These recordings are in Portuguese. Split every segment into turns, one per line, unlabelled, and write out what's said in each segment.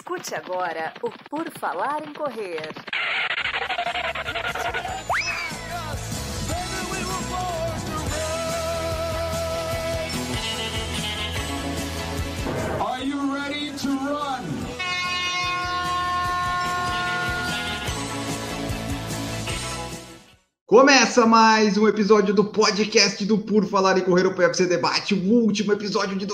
Escute agora o Por Falar em Correr.
Are you ready to run?
Começa mais um episódio do podcast do Por Falar em Correr, o PFC Debate. O último episódio de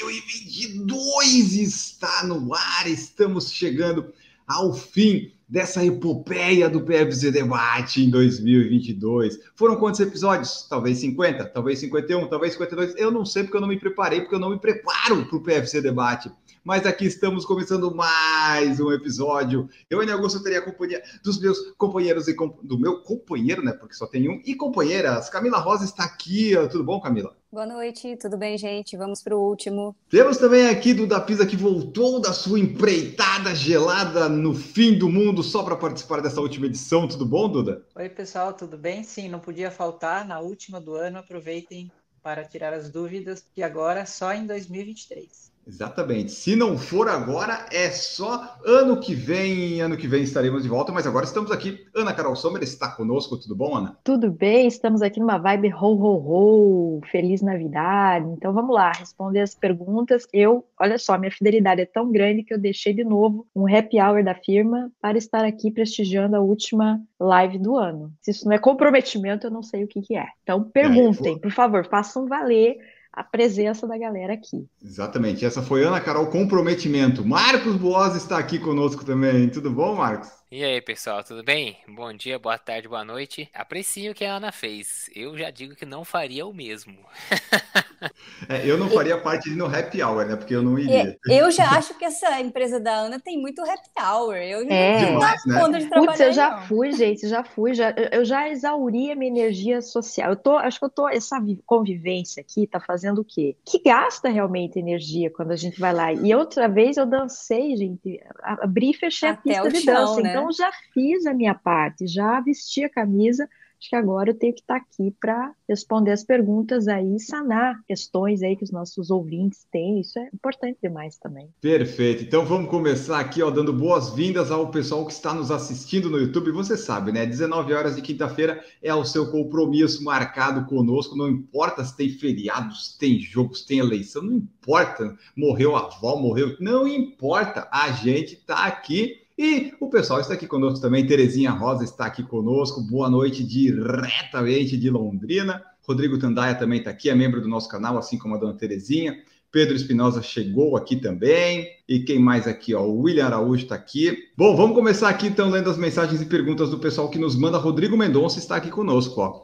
2022 está no ar. Estamos chegando ao fim dessa epopeia do PFC Debate em 2022. Foram quantos episódios? Talvez 50, talvez 51, talvez 52. Eu não sei porque eu não me preparei, porque eu não me preparo para o PFC Debate. Mas aqui estamos começando mais um episódio. Eu, Enio Augusto, teria a companhia dos meus companheiros e do meu companheiro, né? Porque só tem um. E companheiras, Camila Rosa está aqui. Tudo bom, Camila?
Boa noite, tudo bem, gente? Vamos para o último.
Temos também aqui Duda Pisa, que voltou da sua empreitada gelada no fim do mundo só para participar dessa última edição. Tudo bom, Duda?
Oi, pessoal, tudo bem? Sim, não podia faltar. Na última do ano, aproveitem para tirar as dúvidas, que agora só em 2023.
Exatamente. Se não for agora, é só ano que vem. Ano que vem estaremos de volta, mas agora estamos aqui. Ana Carol Sommer está conosco. Tudo bom, Ana?
Tudo bem, estamos aqui numa vibe ho, ho, ho, Feliz Navidade. Então vamos lá, responder as perguntas. Olha só, minha fidelidade é tão grande que eu deixei de novo um happy hour da firma para estar aqui prestigiando a última live do ano. Se isso não é comprometimento, eu não sei o que é. Então perguntem, por favor, façam valer a presença da galera aqui.
Exatamente, essa foi Ana Carol Comprometimento. Marcos Boas está aqui conosco também. Tudo bom, Marcos?
E aí, pessoal, tudo bem? Bom dia, boa tarde, boa noite. Aprecio o que a Ana fez. Eu já digo que não faria o mesmo.
Eu não faria parte no happy hour, né? Porque eu não iria.
Eu já acho que essa empresa da Ana tem muito happy hour. Eu não
demais,
dou conta de trabalhar.
Putz, eu já fui, gente, eu já exauri a minha energia social. Acho que essa convivência aqui tá fazendo o quê? Que gasta realmente energia quando a gente vai lá. E outra vez eu dancei, gente, abri e fechei
até
a pista de dança, né? Então já fiz a minha parte, já vesti a camisa. Acho que agora eu tenho que estar aqui para responder as perguntas aí, sanar questões aí que os nossos ouvintes têm. Isso é importante demais também.
Perfeito. Então vamos começar aqui, dando boas-vindas ao pessoal que está nos assistindo no YouTube. Você sabe, né? 19 horas de quinta-feira é o seu compromisso marcado conosco. Não importa se tem feriados, tem jogos, tem eleição, não importa. Morreu a avó, morreu... Não importa. A gente está aqui. E o pessoal está aqui conosco também, Terezinha Rosa está aqui conosco, boa noite diretamente de Londrina. Rodrigo Tandaia também está aqui, é membro do nosso canal, assim como a dona Terezinha. Pedro Espinosa chegou aqui também. E quem mais aqui? O William Araújo está aqui. Bom, vamos começar aqui então lendo as mensagens e perguntas do pessoal que nos manda. Rodrigo Mendonça está aqui conosco.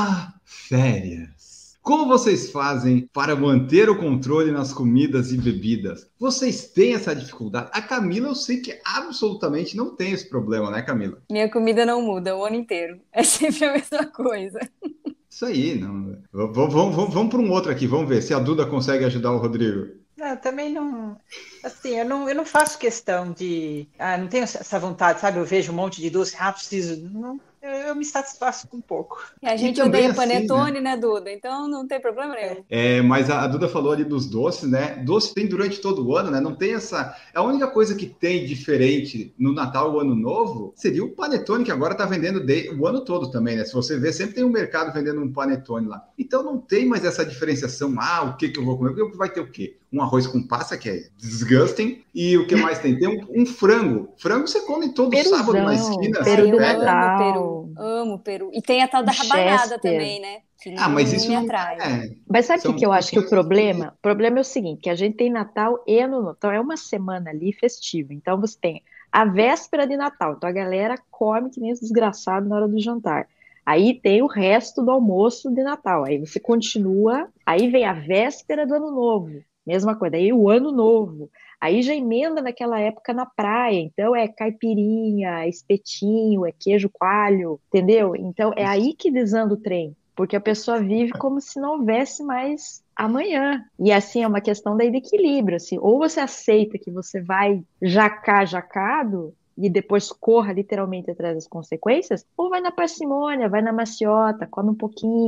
Férias. Como vocês fazem para manter o controle nas comidas e bebidas? Vocês têm essa dificuldade? A Camila, eu sei que absolutamente não tem esse problema, né, Camila?
Minha comida não muda o ano inteiro. É sempre a mesma coisa.
Isso aí. Não... Vamos para um outro aqui. Vamos ver se a Duda consegue ajudar o Rodrigo.
Não, também não... Assim, eu não faço questão de... não tenho essa vontade, sabe? Eu vejo um monte de doce, preciso... Não. Eu me satisfaço com pouco.
E a gente odeia panetone, né, Duda? Então não tem problema nenhum.
Mas a Duda falou ali dos doces, né? Doce tem durante todo o ano, né? Não tem essa... A única coisa que tem diferente no Natal e o Ano Novo seria o panetone, que agora tá vendendo o ano todo também, né? Se você ver, sempre tem um mercado vendendo um panetone lá. Então não tem mais essa diferenciação. O que eu vou comer? Porque vai ter o quê? Um arroz com passa, que é disgusting. E o que mais tem? Tem um frango. Frango você come todo sábado na esquina.
Peru
você
do
pega.
Natal.
Amo peru. E tem a tal da rabanada também, né? Que
mas isso
me atrai.
Mas sabe o que eu acho que o problema? O problema é o seguinte, que a gente tem Natal e Ano Novo. Então é uma semana ali festiva. Então você tem a véspera de Natal. Então a galera come que nem os desgraçados na hora do jantar. Aí tem o resto do almoço de Natal. Aí você continua, aí vem a véspera do Ano Novo. Mesma coisa, aí o Ano Novo. Aí já emenda naquela época na praia. Então é caipirinha, é espetinho, é queijo coalho, entendeu? Então é aí que desanda o trem. Porque a pessoa vive como se não houvesse mais amanhã. E assim, é uma questão daí de equilíbrio. Assim, ou você aceita que você vai jacado, e depois corra literalmente atrás das consequências, ou vai na parcimônia, vai na maciota, come um pouquinho.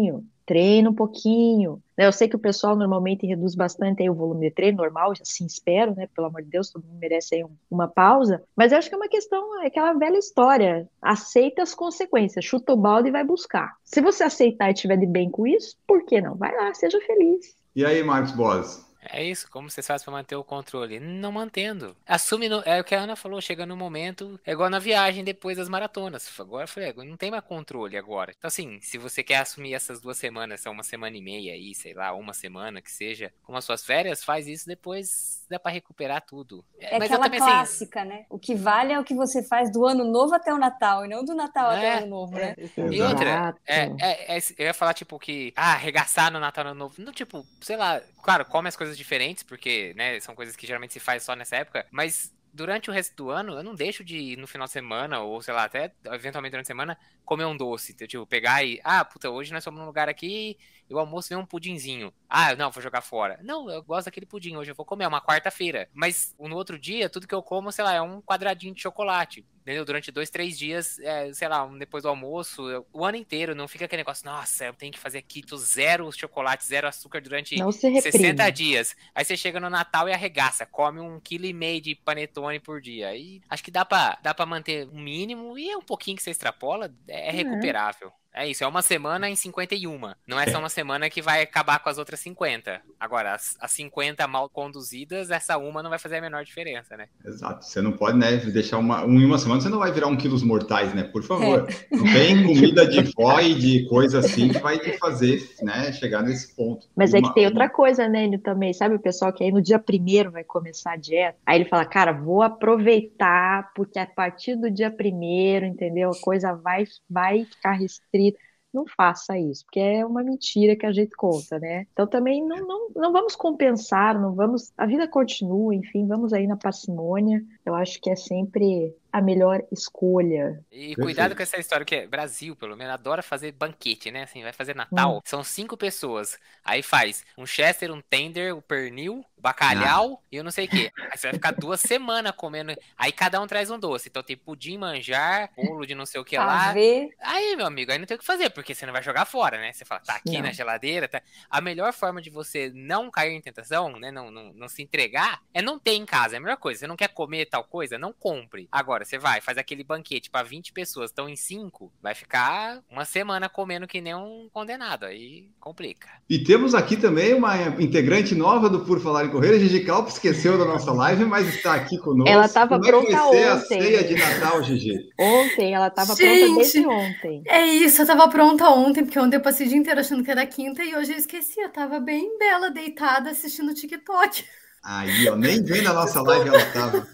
treina um pouquinho. Eu sei que o pessoal normalmente reduz bastante aí o volume de treino, normal, assim espero, né? Pelo amor de Deus, todo mundo merece aí uma pausa. Mas eu acho que é uma questão, é aquela velha história. Aceita as consequências, chuta o balde e vai buscar. Se você aceitar e estiver de bem com isso, por que não? Vai lá, seja feliz.
E aí, Marcos Boas?
É isso, como vocês fazem pra manter o controle? Não mantendo. Assume, é o que a Ana falou, chega no momento, é igual na viagem depois das maratonas. Agora eu falei, não tem mais controle agora. Então assim, se você quer assumir essas 2 semanas, são 1,5 semana aí, sei lá, 1 semana que seja, com as suas férias, faz isso depois, dá pra recuperar tudo.
É
Mas
aquela
também,
clássica, né? O que vale é o que você faz do ano novo até o Natal, e não do Natal até o ano novo, né?
E outra,
Exato.
eu ia falar, tipo, que, arregaçar no Natal, no Ano Novo, não, tipo, sei lá, claro, come as coisas diferentes, porque, né, são coisas que geralmente se faz só nessa época, mas durante o resto do ano, eu não deixo de, no final de semana, ou sei lá, até eventualmente durante a semana, comer um doce, então, tipo, pegar e, puta, hoje nós somos num lugar aqui, eu almoço e um pudinzinho. Não, vou jogar fora. Não, eu gosto daquele pudim, hoje eu vou comer, é uma quarta-feira. Mas no outro dia, tudo que eu como, sei lá, é um quadradinho de chocolate. Entendeu? Durante 2, 3 dias, sei lá, depois do almoço, o ano inteiro, não fica aquele negócio, nossa, eu tenho que fazer keto, 0 chocolate, 0 açúcar durante
Não se reprime.
60 dias. Aí você chega no Natal e arregaça, come 1,5 kg de panetone por dia. E acho que dá pra manter um mínimo e um pouquinho que você extrapola, é recuperável. É isso, é 1 semana em 51. Não é só 1 semana que vai acabar com as outras 50. Agora, as 50 mal conduzidas, essa uma não vai fazer a menor diferença, né?
Exato. Você não pode, né, deixar em 1 semana, você não vai virar 1 quilos mortais, né? Por favor. Não tem comida de vó e de coisa assim que vai te fazer, né, chegar nesse ponto.
Mas é que tem outra coisa, né, Enio, também. Sabe o pessoal que aí no dia 1º vai começar a dieta? Aí ele fala, cara, vou aproveitar, porque a partir do dia 1º, entendeu? A coisa vai ficar restrita. Não faça isso, porque é uma mentira que a gente conta, né? Então também não vamos compensar, não vamos. A vida continua, enfim, vamos aí na parcimônia. Eu acho que é sempre a melhor escolha.
E cuidado com essa história, que Brasil, pelo menos, adora fazer banquete, né? Assim, vai fazer Natal, são 5 pessoas. Aí faz um Chester, um tender, um pernil, bacalhau e eu não sei o quê. Aí você vai ficar 2 semanas comendo. Aí cada um traz um doce. Então tem pudim, manjar, bolo de não sei o que lá. Aí, meu amigo, aí não tem o que fazer, porque você não vai jogar fora, né? Você fala, tá aqui na geladeira, tá. A melhor forma de você não cair em tentação, né? Não se entregar, é não ter em casa. É a melhor coisa. Você não quer comer tal coisa? Não compre. Agora, você faz aquele banquete pra 20 pessoas, estão em 5, vai ficar 1 semana comendo que nem um condenado. Aí complica.
E temos aqui também uma integrante nova do Por Falar em Correr. A Gigi Calp esqueceu da nossa live, mas está aqui conosco.
Ela estava pronta
Como é que vai ser
ontem.
a ceia de Natal, Gigi?
Ontem, ela estava pronta desde ontem.
É isso, eu estava pronta ontem, porque ontem eu passei o dia inteiro achando que era quinta e hoje eu esqueci. Eu estava bem bela, deitada, assistindo TikTok.
Aí, ó, nem vendo a nossa live ela estava.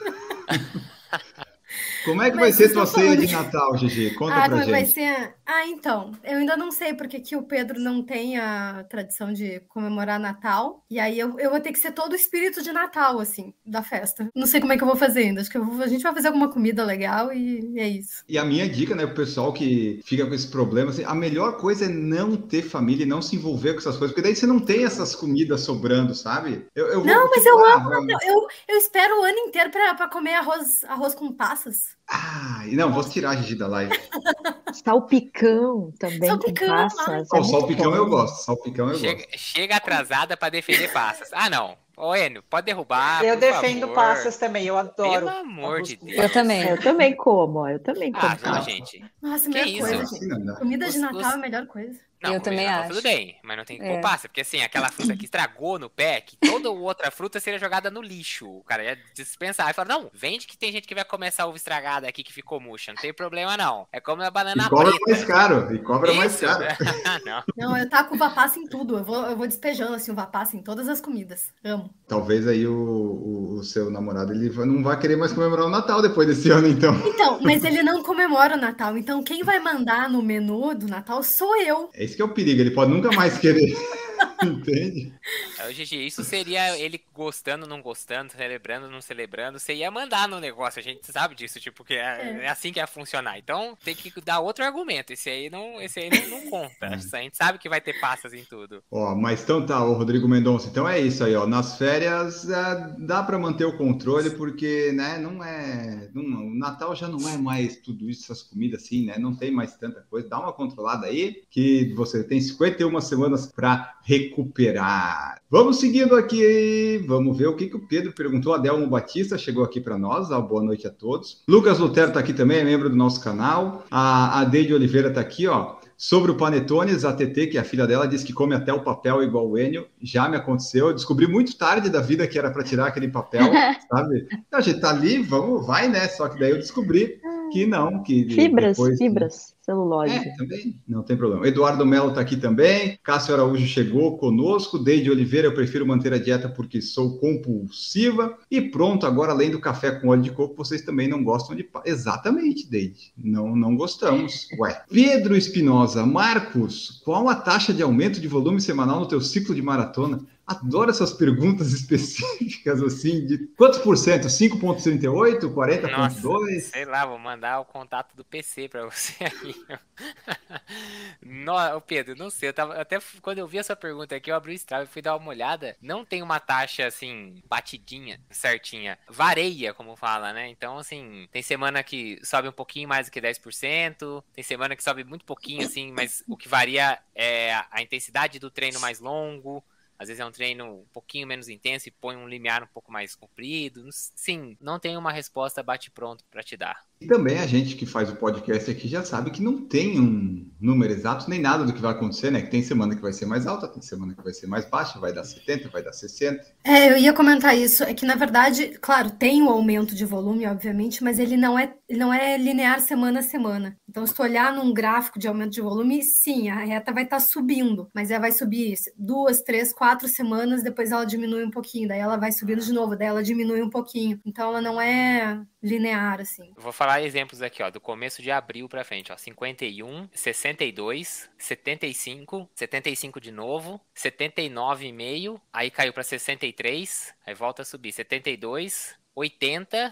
Como é que vai ser tua ceia de Natal, Gigi? Conta pra
como
gente.
Vai ser? Então, eu ainda não sei, porque aqui o Pedro não tem a tradição de comemorar Natal, e aí eu vou ter que ser todo o espírito de Natal, assim, da festa. Não sei como é que eu vou fazer ainda, acho que a gente vai fazer alguma comida legal e é isso.
E a minha dica, né, pro pessoal que fica com esse problema, assim, a melhor coisa é não ter família e não se envolver com essas coisas, porque daí você não tem essas comidas sobrando, sabe? Eu
espero o ano inteiro pra comer arroz com passas.
Não, vou tirar a Gigi da live.
Salpicão também com passas.
O salpicão eu gosto, salpicão eu gosto.
Chega atrasada para defender passas. Não. Ô, Enio, pode derrubar.
Eu defendo passas também, eu adoro.
Pelo amor de Deus.
Eu também como.
Não, gente.
Nossa, melhor coisa, gente. Comida de Natal é a melhor coisa.
Não,
eu também acho.
Tudo bem, mas não tem que pôr passa, porque assim, aquela fruta que estragou no pé, que toda outra fruta seria jogada no lixo. O cara ia dispensar. Aí fala, não, vende que tem gente que vai comer essa uva estragada aqui que ficou murcha, não tem problema não. É como a banana
preta.
E
cobra mais caro.
Não, eu taco uva passa em tudo, eu vou despejando assim uva passa em todas as comidas. Amo.
Talvez aí o seu namorado, ele não vai querer mais comemorar o Natal depois desse ano, então.
Então, mas ele não comemora o Natal, então quem vai mandar no menu do Natal sou eu.
Esse que é o perigo, ele pode nunca mais querer. Entende?
Gigi, isso seria ele gostando, não gostando, celebrando, não celebrando. Você ia mandar no negócio, a gente sabe disso, tipo, que é assim que ia funcionar. Então tem que dar outro argumento. Esse aí não conta. A gente sabe que vai ter passas em tudo.
Ó, mas então tá, o Rodrigo Mendonça. Então é isso aí, ó. Nas férias dá para manter o controle, porque, né, o Natal já não é mais tudo isso, essas comidas assim, né? Não tem mais tanta coisa. Dá uma controlada aí, que você tem 51 semanas para recuperar. Vamos seguindo aqui, vamos ver o que o Pedro perguntou. Adelmo Batista chegou aqui para nós. Boa noite a todos. Lucas Lutero tá aqui também, é membro do nosso canal. A Deide Oliveira tá aqui, ó. Sobre o Panetones, a TT, que é a filha dela, disse que come até o papel igual o Enio. Já me aconteceu. Eu descobri muito tarde da vida que era para tirar aquele papel, sabe? A gente tá ali, vai, né? Só que daí eu descobri que não. Que
fibras, celulose.
Também, não tem problema. Eduardo Melo tá aqui também. Cássio Araújo chegou conosco. Deide Oliveira, eu prefiro manter a dieta porque sou compulsiva. E pronto, agora além do café com óleo de coco, vocês também não gostam de... Exatamente, Deide. Não gostamos. Ué. Pedro Espinosa, Marcos, qual a taxa de aumento de volume semanal no teu ciclo de maratona? Adoro essas perguntas específicas, assim, de quantos por cento? 5,38? 40,2?
Sei lá, vou mandar o contato do PC pra você aí. Pedro, não sei, até quando eu vi essa pergunta aqui, eu abri o Strava e fui dar uma olhada. Não tem uma taxa, assim, batidinha, certinha. Varia, como fala, né? Então, assim, tem semana que sobe um pouquinho mais do que 10%, tem semana que sobe muito pouquinho, assim, mas o que varia é a intensidade do treino mais longo. Às vezes é um treino um pouquinho menos intenso e põe um limiar um pouco mais comprido. Sim, não tem uma resposta bate-pronto para te dar.
E também a gente que faz o podcast aqui já sabe que não tem um número exato nem nada do que vai acontecer, né? Que tem semana que vai ser mais alta, tem semana que vai ser mais baixa, vai dar 70, vai dar 60.
Eu ia comentar isso. É que, na verdade, claro, tem o aumento de volume, obviamente, mas ele não é linear semana a semana. Então, se tu olhar num gráfico de aumento de volume, sim, a reta vai estar subindo, mas ela vai subir 2, 3, 4 semanas, depois ela diminui um pouquinho, daí ela vai subindo de novo, daí ela diminui um pouquinho. Então, ela não é linear, assim.
Vou falar exemplos aqui, ó, do começo de abril pra frente, ó, 51, 62, 75, 75 de novo, 79,5, aí caiu pra 63, aí volta a subir, 72, 80,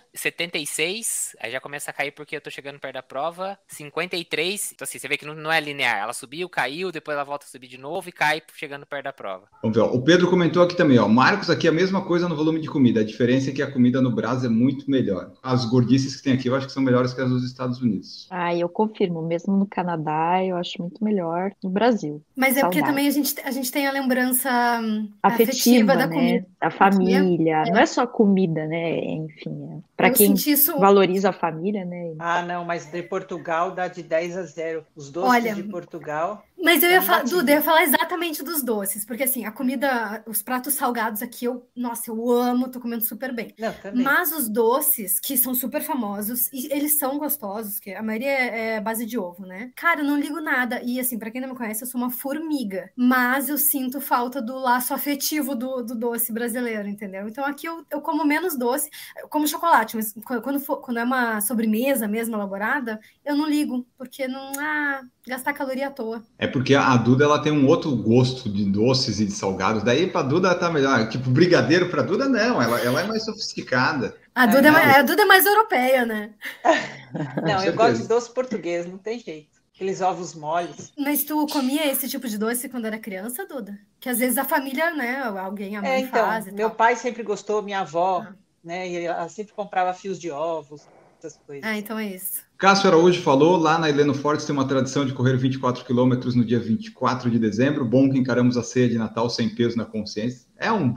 76, aí já começa a cair porque eu tô chegando perto da prova, 53, então assim, você vê que não é linear, ela subiu, caiu, depois ela volta a subir de novo e cai chegando perto da prova.
Vamos ver, ó. O Pedro comentou aqui também, ó, Marcos, aqui a mesma coisa no volume de comida, a diferença é que a comida no Brasil é muito melhor. As gordices que tem aqui eu acho que são melhores que as dos Estados Unidos.
Eu confirmo, mesmo no Canadá eu acho muito melhor no Brasil.
Mas é porque também a gente tem a lembrança afetiva da comida.
Da família, não é só comida, né? Enfim, para quem valoriza a família, né?
Não, mas de Portugal dá de 10-0. Os doces de Portugal.
Mas eu ia falar, Duda, eu ia falar exatamente dos doces, porque assim, a comida, os pratos salgados aqui, eu amo, tô comendo super bem. Mas os doces, que são super famosos, e eles são gostosos, que a maioria é base de ovo, né? Cara, eu não ligo nada. E assim, pra quem não me conhece, eu sou uma formiga. Mas eu sinto falta do laço afetivo do doce brasileiro, entendeu? Então aqui eu como menos doce, eu como chocolate, mas quando é uma sobremesa mesmo elaborada, eu não ligo, porque gastar caloria à toa.
É porque a Duda ela tem um outro gosto de doces e de salgados. Daí pra Duda tá melhor. Tipo, brigadeiro pra Duda não. Ela é mais sofisticada.
A Duda é mais europeia, né?
Não, eu gosto de doce português, não tem jeito. Aqueles ovos moles.
Mas tu comia esse tipo de doce quando era criança, Duda? Que às vezes a família, né? A mãe faz e
meu
tal.
pai sempre gostou, minha avó, né? E ela sempre comprava fios de ovos, essas coisas.
Então é isso.
Cássio Araújo falou, lá na Heleno Fortes tem uma tradição de correr 24 quilômetros no dia 24 de dezembro. Bom que encaramos a ceia de Natal sem peso na consciência.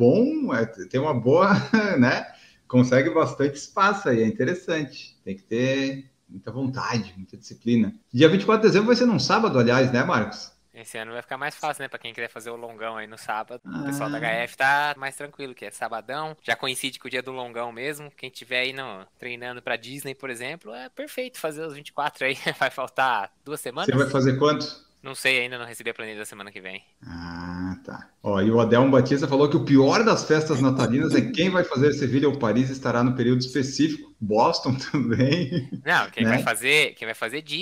Tem uma boa, né? Consegue bastante espaço aí, é interessante. Tem que ter muita vontade, muita disciplina. Dia 24 de dezembro vai ser num sábado, aliás, né, Marcos?
Esse ano vai ficar mais fácil, né? Pra quem quiser fazer o longão aí no sábado. O pessoal da HF tá mais tranquilo, que é sabadão. Já coincide com o dia do longão mesmo. Quem tiver aí treinando pra Disney, por exemplo, é perfeito fazer os 24 aí. Vai faltar 2 semanas.
Você vai fazer quanto?
Não sei ainda, não recebi a planilha da semana que vem.
Tá. Ó, e o Adelmo Batista falou que o pior das festas natalinas é quem vai fazer Sevilha ou Paris estará no período específico. Boston também.
Não, quem vai fazer Disney.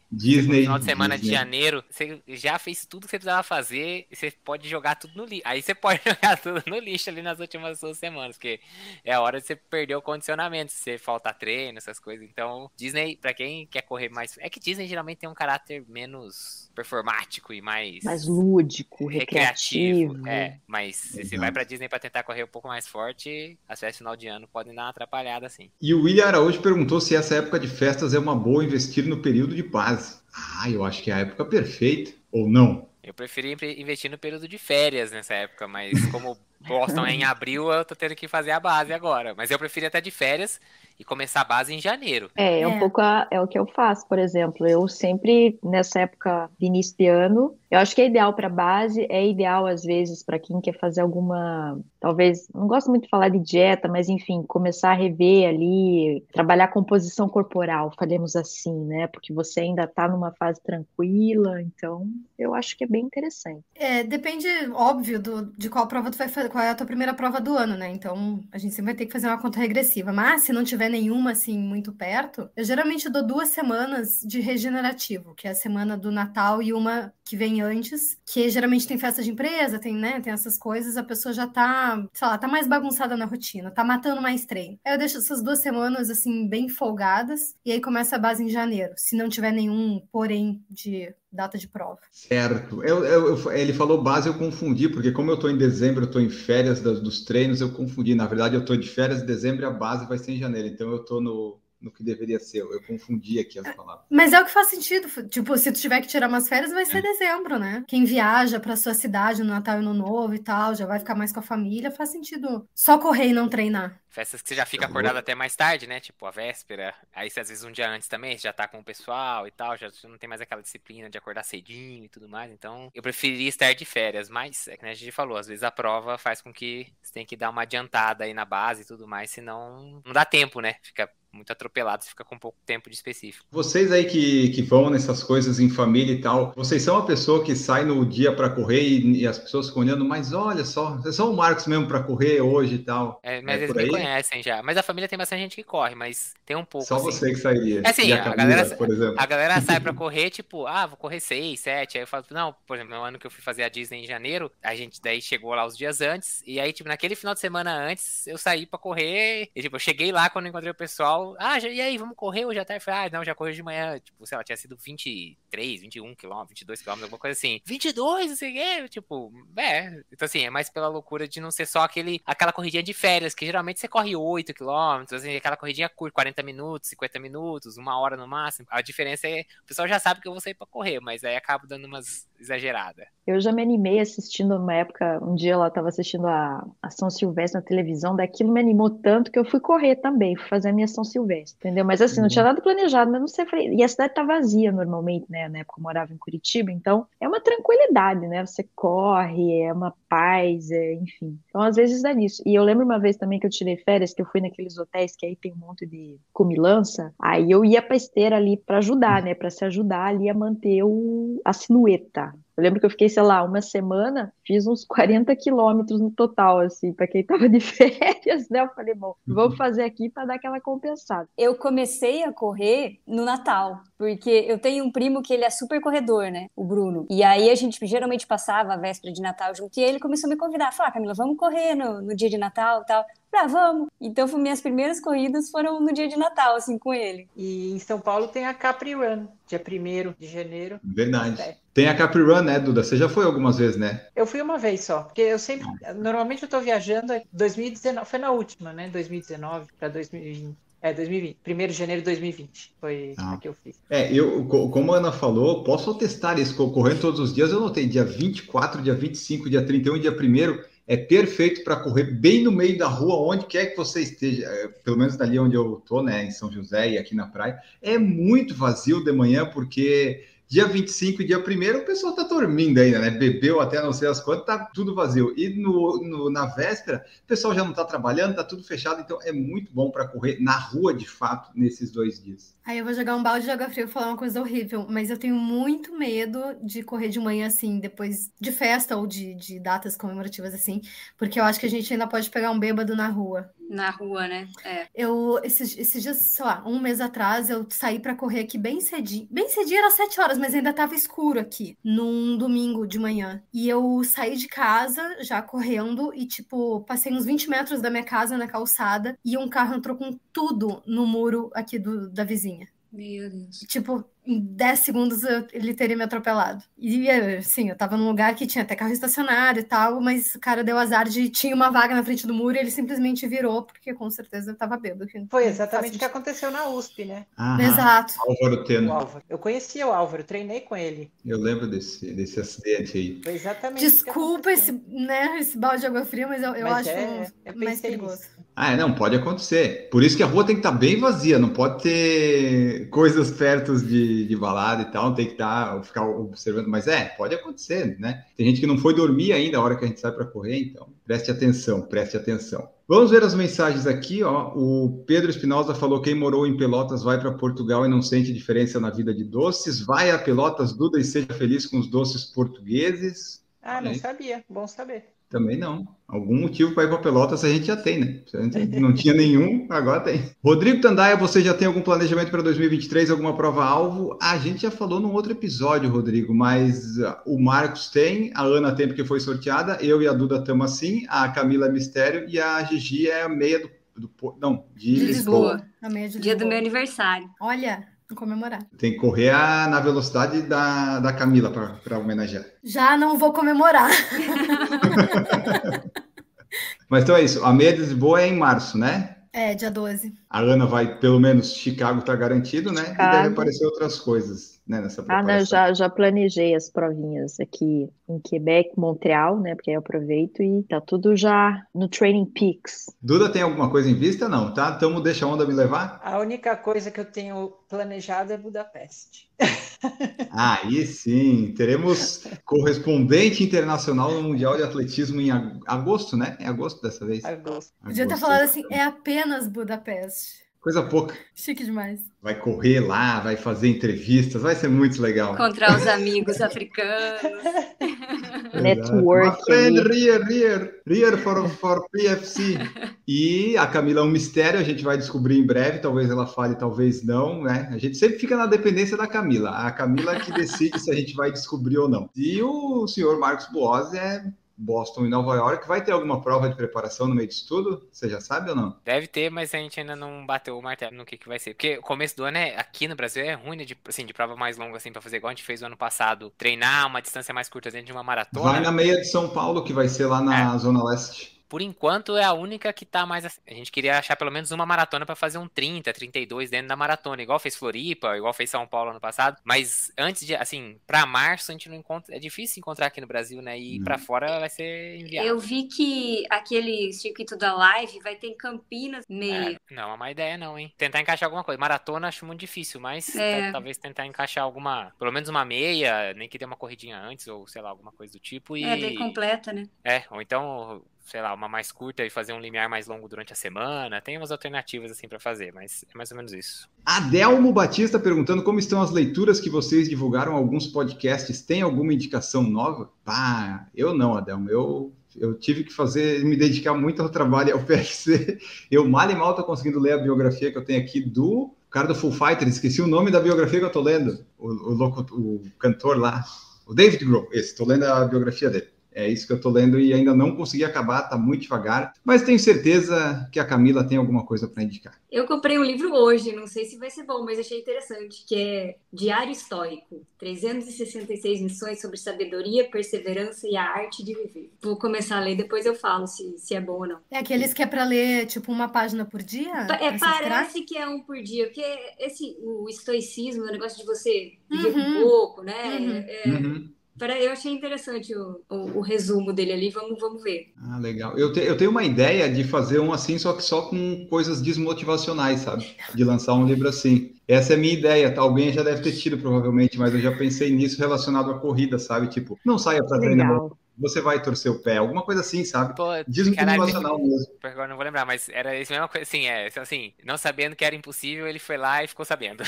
Disney.
No final de semana de
Disney.
janeiro, você já fez tudo que você precisava fazer e você pode jogar tudo no lixo. Aí você pode jogar tudo no lixo ali nas últimas 2 semanas, porque é a hora de você perder o condicionamento, se você faltar treino, essas coisas. Então, Disney, pra quem quer correr mais... É que Disney geralmente tem um caráter menos performático e mais
lúdico, recreativo.
Mas se você vai pra Disney pra tentar correr um pouco mais forte, as festas de final de ano podem dar uma atrapalhada, assim.
E o William Araújo perguntou se essa época de festas é uma boa investir no período de base. Eu acho que é a época perfeita, ou não?
Eu preferi investir no período de férias nessa época, mas como Boston é em abril, eu tô tendo que fazer a base agora. Mas eu preferi até de férias e começar a base em janeiro.
É um pouco é o que eu faço, por exemplo. Eu sempre, nessa época de início de ano, eu acho que é ideal para base, é ideal às vezes para quem quer fazer alguma, talvez, não gosto muito de falar de dieta, mas enfim, começar a rever ali, trabalhar a composição corporal, falemos assim, né? Porque você ainda tá numa fase tranquila, então eu acho que é bem interessante.
Depende, óbvio, de qual prova tu vai fazer, qual é a tua primeira prova do ano, né? Então, a gente sempre vai ter que fazer uma conta regressiva. Mas, se não tiver nenhuma, assim, muito perto, eu geralmente dou 2 semanas de regenerativo, que é a semana do Natal e uma que vem antes, que geralmente tem festa de empresa, tem essas coisas, a pessoa já tá, sei lá, tá mais bagunçada na rotina, tá matando mais treino. Aí eu deixo essas 2 semanas, assim, bem folgadas, e aí começa a base em janeiro, se não tiver nenhum, porém, de data de prova.
Certo. Ele falou base, eu confundi, porque como eu estou em dezembro, eu estou em férias dos treinos, eu confundi. Na verdade, eu estou de férias em dezembro e a base vai ser em janeiro. Então, eu estou no que deveria ser. Eu confundi aqui as palavras.
Mas é o que faz sentido. Tipo, se tu tiver que tirar umas férias, vai ser dezembro, né? Quem viaja pra sua cidade no Natal e Ano Novo e tal, já vai ficar mais com a família, faz sentido só correr e não treinar.
Festas que você já fica acordado até mais tarde, né? Tipo, a véspera. Aí, às vezes, um dia antes também, você já tá com o pessoal e tal, já não tem mais aquela disciplina de acordar cedinho e tudo mais. Então, eu preferiria estar de férias, mas, é que a gente falou, às vezes a prova faz com que você tenha que dar uma adiantada aí na base e tudo mais, senão não dá tempo, né? Fica muito atropelado, você fica com pouco tempo de específico.
Vocês aí que vão nessas coisas em família e tal, vocês são a pessoa que sai no dia para correr e as pessoas ficam olhando, mas olha só, é só o Marcos mesmo para correr hoje e tal.
Mas eles me conhecem já. Mas a família tem bastante gente que corre, mas tem um pouco.
Só
assim.
Você que sairia.
Assim,
e a Camila, por exemplo.
A galera sai pra correr, tipo, vou correr 6, 7. Aí eu falo, não, por exemplo, no ano que eu fui fazer a Disney em janeiro, a gente daí chegou lá os dias antes, e aí, tipo, naquele final de semana antes, eu saí pra correr, e tipo, eu cheguei lá quando eu encontrei o pessoal, e aí, vamos correr hoje à tarde? Eu falei, não, já corri de manhã, tipo, sei lá, tinha sido 23, 21 km, 22 km, alguma coisa assim. 22, não sei o quê, tipo, então assim, é mais pela loucura de não ser só aquela corridinha de férias, que geralmente você corre 8 km, assim, aquela corridinha curta, 40 minutos, 50 minutos, 1 hora no máximo. A diferença é, o pessoal já sabe que eu vou sair pra correr, mas aí acabo dando umas exageradas.
Eu já me animei assistindo uma época, um dia ela tava assistindo a São Silvestre na televisão, daquilo me animou tanto que eu fui correr também, fui fazer a minha São Silvestre, entendeu? Mas assim, não tinha nada planejado, mas não sei, e a cidade tá vazia normalmente, né? Na época eu morava em Curitiba, então é uma tranquilidade, né? Você corre, é uma paz, enfim. Então às vezes dá nisso. E eu lembro uma vez também que eu tirei férias, que eu fui naqueles hotéis que aí tem um monte de comilança, aí eu ia pra esteira ali pra ajudar, né? Pra se ajudar ali a manter a silhueta. Eu lembro que eu fiquei, sei lá, uma semana, fiz uns 40 quilômetros no total, assim, pra quem tava de férias, né? Eu falei, bom, vou fazer aqui pra dar aquela compensada.
Eu comecei a correr no Natal, porque eu tenho um primo que ele é super corredor, né? O Bruno. E aí a gente geralmente passava a véspera de Natal junto e ele começou a me convidar. Falou, Camila, vamos correr no dia de Natal e tal. Vamos. Então, minhas primeiras corridas foram no dia de Natal, assim, com ele.
E em São Paulo tem a Capri Run, dia 1º de janeiro.
Verdade. Tem a Capri Run, né, Duda? Você já foi algumas vezes, né?
Eu fui uma vez só, porque eu sempre... Normalmente eu tô viajando, 2019, foi na última, né? 2019 para 2020. 2020. 1º de janeiro de 2020 foi a que eu fiz.
Como a Ana falou, posso testar isso, correndo todos os dias. Eu notei dia 24, dia 25, dia 31 e dia 1º. É perfeito para correr bem no meio da rua, onde quer que você esteja, pelo menos dali onde eu estou, né, em São José e aqui na praia. É muito vazio de manhã, porque dia 25 e dia 1º o pessoal está dormindo ainda, né? Bebeu até não sei as quantas, tá tudo vazio. E na véspera, o pessoal já não está trabalhando, tá tudo fechado, então é muito bom para correr na rua, de fato, nesses 2 dias.
Aí eu vou jogar um balde de água fria e falar uma coisa horrível, mas eu tenho muito medo de correr de manhã, assim, depois de festa ou de datas comemorativas, assim, porque eu acho que a gente ainda pode pegar um bêbado na rua.
Na rua, né?
Esses dias, sei lá, um mês atrás, eu saí pra correr aqui bem cedinho. Bem cedinho era 7 horas, mas ainda tava escuro aqui, num domingo de manhã. E eu saí de casa, já correndo, e, tipo, passei uns 20 metros da minha casa na calçada, e um carro entrou com tudo no muro aqui da vizinha.
Meu Deus.
Tipo, em 10 segundos ele teria me atropelado. E, assim, eu tava num lugar que tinha até carro estacionário e tal, mas o cara deu azar tinha uma vaga na frente do muro e ele simplesmente virou, porque com certeza eu tava bêbado.
Foi exatamente o que aconteceu na USP, né?
Aham.
Exato.
Álvaro Teno.
O Álvaro. Eu conhecia o Álvaro, treinei com ele.
Eu lembro desse acidente aí.
Foi exatamente o que
Desculpa
aconteceu.
esse balde de água fria, mas eu
Mas
acho
eu
mais
pensei
perigoso.
nisso.
Não, pode acontecer. Por isso que a rua tem que estar bem vazia, não pode ter coisas perto de balada e tal, tem que ficar observando. Mas pode acontecer, né? Tem gente que não foi dormir ainda a hora que a gente sai para correr, então preste atenção, preste atenção. Vamos ver as mensagens aqui, ó. O Pedro Espinosa falou: quem morou em Pelotas vai para Portugal e não sente diferença na vida de doces. Vai a Pelotas, Duda, e seja feliz com os doces portugueses.
Não sabia. Bom saber.
Também não. Algum motivo para ir para Pelotas a gente já tem, né? Se a gente não tinha nenhum, agora tem. Rodrigo Tandaia, você já tem algum planejamento para 2023, alguma prova-alvo? A gente já falou num outro episódio, Rodrigo, mas o Marcos tem, a Ana tem porque foi sorteada, eu e a Duda estamos assim, a Camila é mistério e a Gigi é a meia de Lisboa.
A meia de
Dia
Lisboa.
do meu aniversário.
Olha, vou comemorar.
Tem que correr na velocidade da Camila para homenagear.
Já não vou comemorar.
Mas então é isso, a meia de Lisboa é em março, né?
Dia 12.
A Ana vai, pelo menos, Chicago tá garantido, né?
Chicago.
E deve aparecer outras coisas, né, nessa preparação.
Não, já planejei as provinhas aqui em Quebec, Montreal, né? Porque aí eu aproveito e tá tudo já no Training Peaks.
Duda, tem alguma coisa em vista? Não, tá? Então deixa a onda me levar?
A única coisa que eu tenho planejado é Budapeste.
Aí sim, teremos correspondente internacional no Mundial de Atletismo em agosto, né? É agosto dessa vez?
Agosto.
Podia ter falado assim, é apenas Budapeste.
Coisa pouca.
Chique demais.
Vai correr lá, vai fazer entrevistas, vai ser muito legal.
Encontrar os amigos africanos.
Network.
Rear for PFC. E a Camila é um mistério, a gente vai descobrir em breve, talvez ela fale, talvez não, né? A gente sempre fica na dependência da Camila. A Camila que decide se a gente vai descobrir ou não. E o senhor Marcos Boas é Boston e Nova York. Vai ter alguma prova de preparação no meio disso tudo? Você já sabe ou não?
Deve ter, mas a gente ainda não bateu o martelo no que vai ser. Porque o começo do ano aqui no Brasil é ruim, né? De prova mais longa, assim, pra fazer igual a gente fez o ano passado. Treinar uma distância mais curta dentro de uma maratona.
Vai na meia de São Paulo, que vai ser lá na Zona Leste.
Por enquanto, é a única que tá mais assim. A gente queria achar pelo menos uma maratona pra fazer um 30, 32 dentro da maratona. Igual fez Floripa, igual fez São Paulo ano passado. Mas antes de, assim, pra março a gente não encontra. É difícil encontrar aqui no Brasil, né? E pra fora vai ser inviável.
Eu vi que aquele circuito da Live vai ter em Campinas meia.
Não, é uma má ideia não, hein? Tentar encaixar alguma coisa. Maratona acho muito difícil, mas talvez tentar encaixar alguma, pelo menos uma meia, nem que dê uma corridinha antes, ou sei lá, alguma coisa do tipo.
Daí completa, né?
Ou então, sei lá, uma mais curta e fazer um limiar mais longo durante a semana. Tem umas alternativas assim pra fazer, mas é mais ou menos isso.
Adelmo Batista perguntando como estão as leituras que vocês divulgaram, alguns podcasts. Tem alguma indicação nova? Eu não, Adelmo. Eu tive que me dedicar muito ao trabalho e ao PFC. Eu mal e mal tô conseguindo ler a biografia que eu tenho aqui do cara do Full Fighter. Esqueci o nome da biografia que eu tô lendo. O cantor lá. O David Grohl. Tô lendo a biografia dele. É isso que eu tô lendo e ainda não consegui acabar, tá muito devagar. Mas tenho certeza que a Camila tem alguma coisa para indicar.
Eu comprei um livro hoje, não sei se vai ser bom, mas achei interessante, que é Diário Estoico, 366 lições sobre sabedoria, perseverança e a arte de viver. Vou começar a ler, depois eu falo se é bom ou não.
É aqueles que é pra ler, tipo, uma página por dia?
Parece que é um por dia, porque o estoicismo é um negócio de você viver um pouco, né? Eu achei interessante o resumo dele ali, vamos ver.
Legal. Eu tenho uma ideia de fazer um assim, só que só com coisas desmotivacionais, sabe? De lançar um livro assim. Essa é a minha ideia, tá? Alguém já deve ter tido, provavelmente, mas eu já pensei nisso relacionado à corrida, sabe? Tipo, não saia pra treinar, você vai torcer o pé, alguma coisa assim, sabe? Desmotivacional mesmo.
Agora não vou lembrar, mas era isso mesma coisa, assim, não sabendo que era impossível, ele foi lá e ficou sabendo.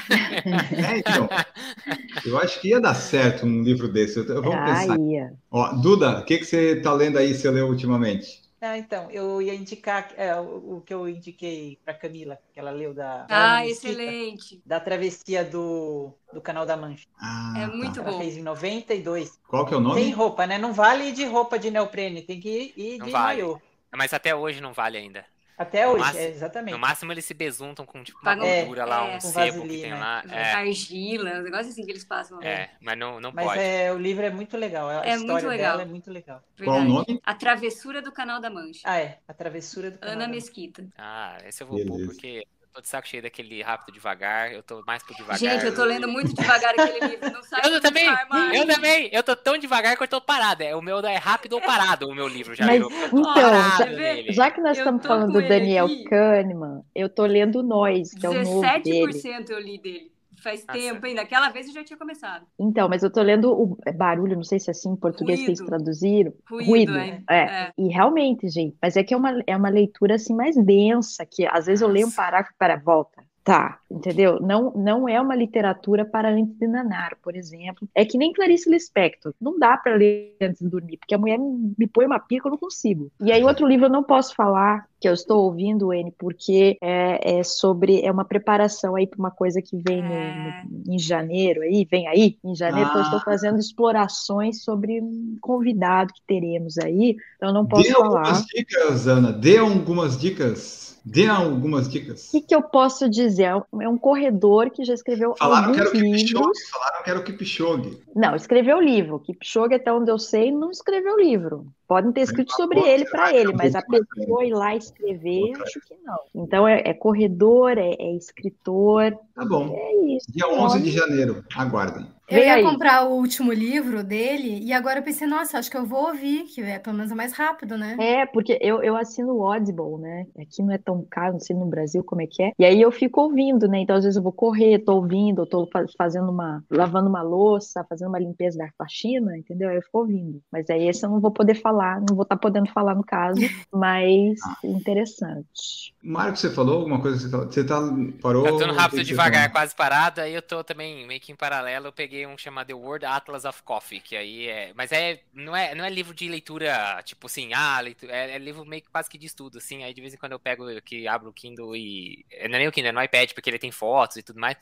Então, eu acho que ia dar certo um livro desse, vamos pensar. Ó, Duda, o que você tá lendo aí, você leu ultimamente?
Então, eu ia indicar o que eu indiquei para Camila, que ela leu da
Ah,
Ana Mesquita,
excelente.
da travessia do Canal da Mancha.
É muito
Ela
bom.
fez em 92.
Qual que é o nome?
Sem roupa, né? Não vale de roupa de neoprene, tem que ir
Não
de
vale.
maiô.
Mas até hoje não vale ainda.
Até
No
hoje,
máximo-
exatamente.
No máximo eles se besuntam com tipo uma
Pagam-
gordura lá, um
com
sebo que
vaselina,
tem
né?
lá.
Argila, um negócio assim que eles passam.
Mas não
Mas
pode.
o livro é muito legal. A
É muito
história
legal.
dela é muito legal.
Qual o
Verdade.
nome?
A Travessura do Canal da Mancha.
A Travessura do Canal
Ana
da Mancha.
Mesquita.
Esse eu vou pôr,
Beleza.
porque eu tô de saco cheio daquele rápido devagar, eu tô mais pro devagar.
Gente, eu tô lendo muito devagar aquele livro. Não sai
Eu também,
armário.
eu tô tão devagar que eu tô parado. O meu é rápido ou parado, o meu livro já
Mas,
virou. Eu tô
então,
parado
já-
nele.
Já que nós
Eu
estamos
tô
falando
com
do
ele
Daniel
aqui.
Kahneman, eu tô lendo Nós, que é o novo dele.
17% eu li dele. Faz
Nossa.
tempo, hein? Daquela vez eu já tinha começado.
Então, mas eu tô lendo o Barulho, não sei se é assim em português que eles
Ruído.
traduziram.
Ruído,
E realmente, gente, mas é que é uma leitura assim mais densa, que às vezes eu leio um
Nossa.
parágrafo para volta. Tá, entendeu? Não é uma literatura para antes de nanar, por exemplo. É que nem Clarice Lispector. Não dá para ler antes de dormir, porque a mulher me põe uma pica, eu não consigo. E aí, outro livro eu não posso falar, que eu estou ouvindo, N, porque é uma preparação aí para uma coisa que vem em janeiro, em janeiro, então eu estou fazendo explorações sobre um convidado que teremos aí, então eu não posso
Dê
falar.
algumas dicas, Ana. Dê algumas dicas. O
que eu posso dizer? É um corredor que já escreveu alguns livros.
Falaram que era o Kipchoge.
Não, escreveu livro. Kipchoge, até onde eu sei, não escreveu livro. Podem ter escrito sobre ele para ele, mas a pessoa ir lá escrever, acho que não. Então é corredor, é escritor.
Tá bom.
É isso.
Dia 11 de janeiro. Aguardem.
Eu ia comprar o último livro dele e agora eu pensei, nossa, acho que eu vou ouvir, que pelo menos é mais rápido, né?
Porque eu assino o Audible, né? Aqui não é tão caro, não sei no Brasil como é que é. E aí eu fico ouvindo, né? Então às vezes eu vou correr, tô ouvindo, eu tô lavando uma louça, fazendo uma limpeza da faxina, entendeu? Aí eu fico ouvindo. Mas aí esse eu não vou poder falar, não vou estar podendo falar no caso, mas interessante.
Marcos, você falou alguma coisa? Você parou?
Eu tô no rápido devagar, quase parado, aí eu tô também meio que em paralelo, eu peguei um chamado The World Atlas of Coffee, que aí mas não é livro de leitura, tipo assim, é livro meio que quase que de estudo, assim, aí de vez em quando eu pego que abro o Kindle e, não é nem o Kindle, é no iPad, porque ele tem fotos e tudo mais,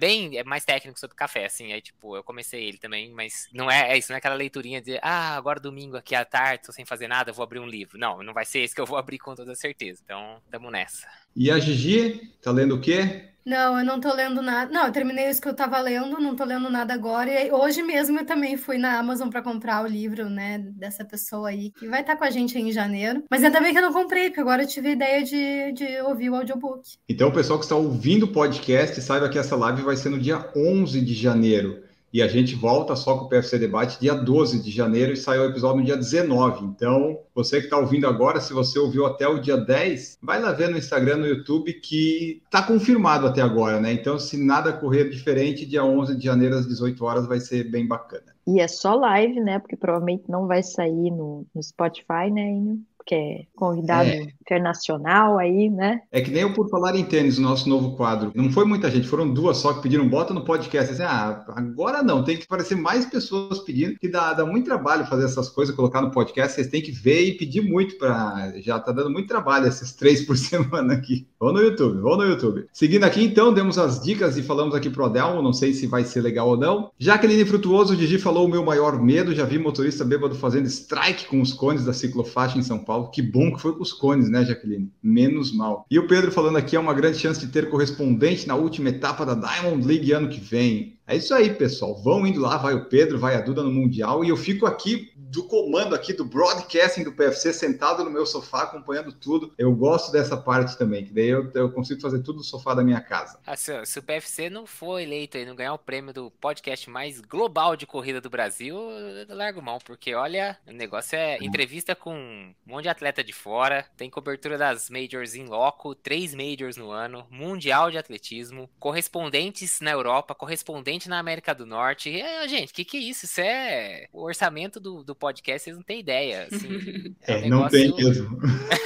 é mais técnico sobre café, assim, aí tipo, eu comecei ele também, mas não isso, não é aquela leiturinha de, agora domingo aqui à tarde, tô sem fazer nada, eu vou abrir um livro, não vai ser esse que eu vou abrir com toda certeza, então tamo nessa.
E a Gigi, tá lendo o quê?
Não, eu não tô lendo nada. Não, eu terminei isso que eu tava lendo, não tô lendo nada agora. E hoje mesmo eu também fui na Amazon pra comprar o livro, né, dessa pessoa aí, que vai estar com a gente aí em janeiro. Mas ainda bem que eu não comprei, porque agora eu tive a ideia de ouvir o audiobook.
Então, o pessoal que está ouvindo o podcast, saiba que essa live vai ser no dia 11 de janeiro. E a gente volta só com o PFC Debate dia 12 de janeiro e sai o episódio no dia 19. Então, você que está ouvindo agora, se você ouviu até o dia 10, vai lá ver no Instagram, no YouTube, que está confirmado até agora, né? Então, se nada correr diferente, dia 11 de janeiro às 18 horas vai ser bem bacana.
E é só live, né? Porque provavelmente não vai sair no Spotify, né, Inho? Que é convidado internacional aí, né?
É que nem eu Por Falar em Tênis, o nosso novo quadro. Não foi muita gente, foram 2 só que pediram, bota no podcast. Assim, agora não, tem que aparecer mais pessoas pedindo, que dá muito trabalho fazer essas coisas, colocar no podcast, vocês têm que ver e pedir muito já tá dando muito trabalho esses 3 por semana aqui. Vão no YouTube. Seguindo aqui, então, demos as dicas e falamos aqui pro Adelmo, não sei se vai ser legal ou não. Jaqueline Frutuoso, o Gigi falou o meu maior medo, já vi motorista bêbado fazendo strike com os cones da ciclofaixa em São Paulo. Que bom que foi com os cones, né, Jaqueline? Menos mal. E o Pedro falando aqui, é uma grande chance de ter correspondente na última etapa da Diamond League ano que vem. É isso aí, pessoal. Vão indo lá, vai o Pedro, vai a Duda no Mundial, e eu fico aqui do comando aqui do broadcasting do PFC, sentado no meu sofá, acompanhando tudo. Eu gosto dessa parte também, que daí eu consigo fazer tudo no sofá da minha casa.
Se o PFC não for eleito e não ganhar o prêmio do podcast mais global de corrida do Brasil, eu largo mão, porque olha, o negócio é entrevista com um monte de atleta de fora, tem cobertura das majors em loco, 3 majors no ano, mundial de atletismo, correspondentes na Europa, correspondente na América do Norte. Gente, que é isso? Isso é o orçamento do podcast, vocês não têm ideia. Assim,
Não tem mesmo.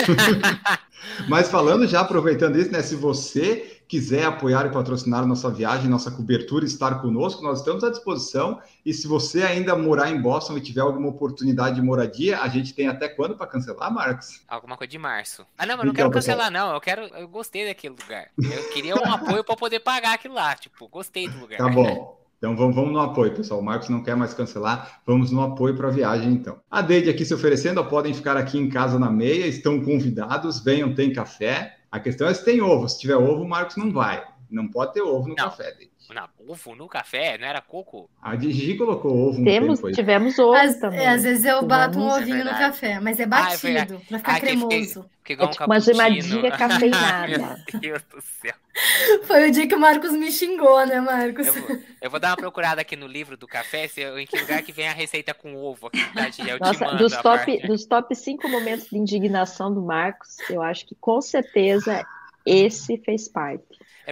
Mas falando já, aproveitando isso, né? Se você quiser apoiar e patrocinar nossa viagem, nossa cobertura, estar conosco, nós estamos à disposição. E se você ainda morar em Boston e tiver alguma oportunidade de moradia, a gente tem até quando para cancelar, Marcos?
Alguma coisa de março. Ah, não, mas não quero cancelar, não. Eu gostei daquele lugar. Eu queria um apoio para poder pagar aquilo lá. Tipo, gostei do lugar.
Tá bom. Então vamos no apoio, pessoal. O Marcos não quer mais cancelar. Vamos no apoio para a viagem, então. A Deide aqui se oferecendo, podem ficar aqui em casa na meia, estão convidados, venham, tem café. A questão é se tem ovo. Se tiver ovo, o Marcos não vai. Não pode ter ovo no café, Deide.
Ovo no café? Não era coco?
A Gigi colocou ovo no tempo aí.
Tivemos ovo também.
Às vezes eu bato um ovinho no café, mas é batido, pra ficar cremoso.
Igual
tipo uma gemadinha cafeinada.
Meu Deus do céu.
Foi o dia que o Marcos me xingou, né, Marcos?
Eu vou dar uma procurada aqui no livro do café, em que lugar que vem a receita com ovo aqui, tá, Gigi?
Nossa, dos top 5 momentos de indignação do Marcos, eu acho que com certeza esse fez parte.